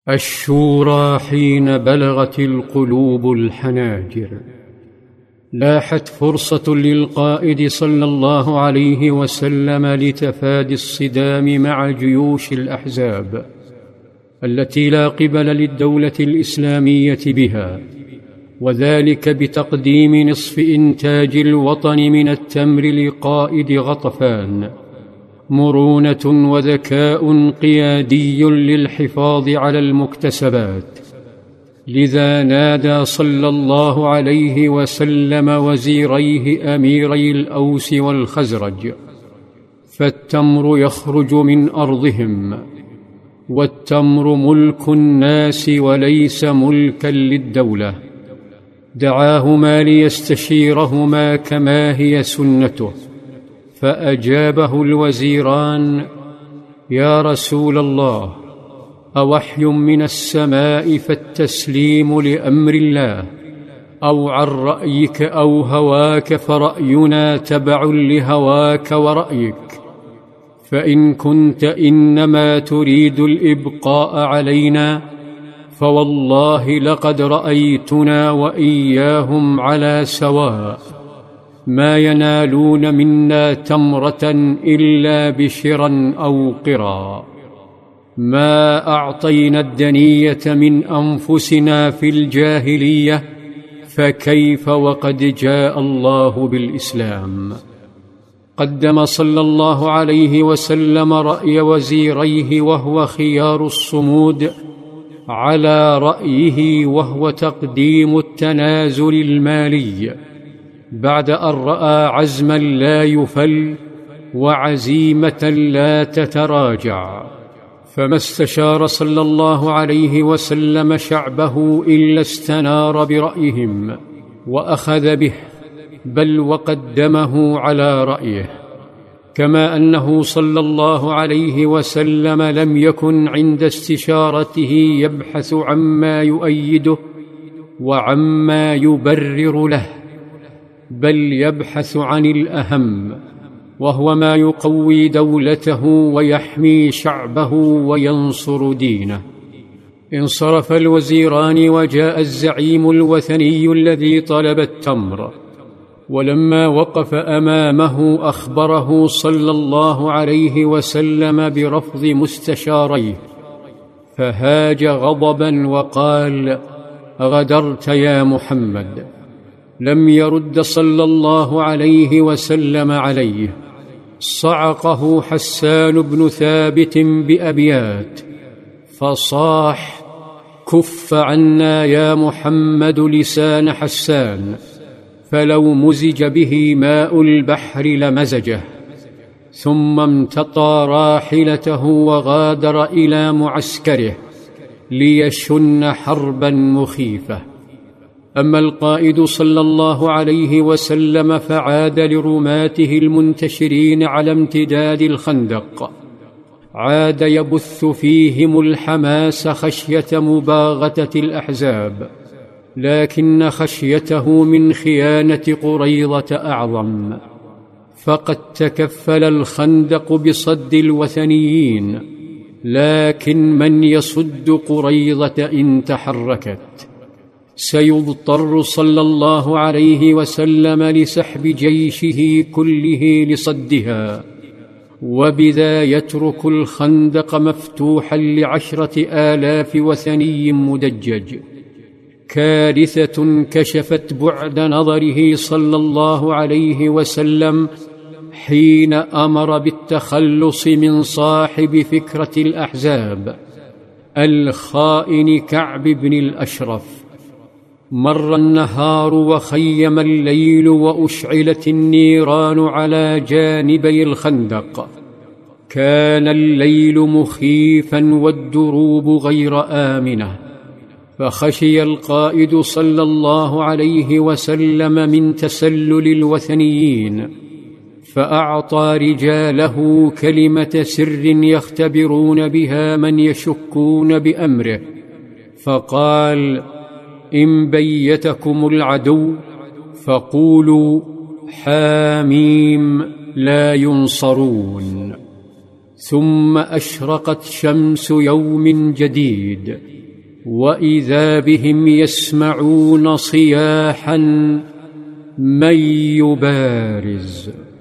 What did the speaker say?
الشورى حين بلغت القلوب الحناجر. لاحت فرصة للقائد صلى الله عليه وسلم لتفادي الصدام مع جيوش الأحزاب التي لا قبل للدولة الإسلامية بها، وذلك بتقديم نصف إنتاج الوطن من التمر لقائد غطفان، مرونة وذكاء قيادي للحفاظ على المكتسبات. لذا نادى صلى الله عليه وسلم وزيريه أميري الأوس والخزرج، فالتمر يخرج من أرضهم، والتمر ملك الناس وليس ملكا للدولة. دعاهما ليستشيرهما كما هي سنته، فأجابه الوزيران: يا رسول الله، أوحي من السماء فالتسليم لأمر الله، أو عن رأيك أو هواك فرأينا تبع لهواك ورأيك؟ فإن كنت إنما تريد الإبقاء علينا فوالله لقد رأيتنا وإياهم على سواء، ما ينالون منا تمرة إلا بشرا أو قرا. ما أعطينا الدنية من أنفسنا في الجاهلية، فكيف وقد جاء الله بالإسلام؟ قدم صلى الله عليه وسلم رأي وزيريه وهو خيار الصمود على رأيه وهو تقديم التنازل المالي، بعد أن رأى عزما لا يفل وعزيمة لا تتراجع. فما استشار صلى الله عليه وسلم شعبه إلا استنار برأيهم وأخذ به، بل وقدمه على رأيه. كما أنه صلى الله عليه وسلم لم يكن عند استشارته يبحث عما يؤيده وعما يبرر له، بل يبحث عن الأهم، وهو ما يقوي دولته ويحمي شعبه وينصر دينه. انصرف الوزيران وجاء الزعيم الوثني الذي طلب التمر، ولما وقف أمامه أخبره صلى الله عليه وسلم برفض مستشاريه، فهاج غضبا وقال: غدرت يا محمد. لم يرد صلى الله عليه وسلم عليه، صعقه حسان بن ثابت بأبيات فصاح: كف عنا يا محمد لسان حسان، فلو مزج به ماء البحر لمزجه. ثم امتطى راحلته وغادر إلى معسكره ليشن حربا مخيفة. أما القائد صلى الله عليه وسلم فعاد لرماته المنتشرين على امتداد الخندق، عاد يبث فيهم الحماس خشية مباغتة الأحزاب، لكن خشيته من خيانة قريظة أعظم، فقد تكفل الخندق بصد الوثنيين، لكن من يصد قريظة إن تحركت؟ سيضطر صلى الله عليه وسلم لسحب جيشه كله لصدها، وبذا يترك الخندق مفتوحا ل10,000 وثني مدجج. كارثة كشفت بعد نظره صلى الله عليه وسلم حين أمر بالتخلص من صاحب فكرة الأحزاب الخائن كعب بن الأشرف. مر النهار وخيم الليل وأشعلت النيران على جانبي الخندق. كان الليل مخيفا والدروب غير آمنة، فخشي القائد صلى الله عليه وسلم من تسلل الوثنيين، فأعطى رجاله كلمة سر يختبرون بها من يشكون بأمره، فقال: إن بيتكم العدو فقولوا حاميم لا ينصرون. ثم أشرقت شمس يوم جديد، وإذا بهم يسمعون صياحا: من يبارز؟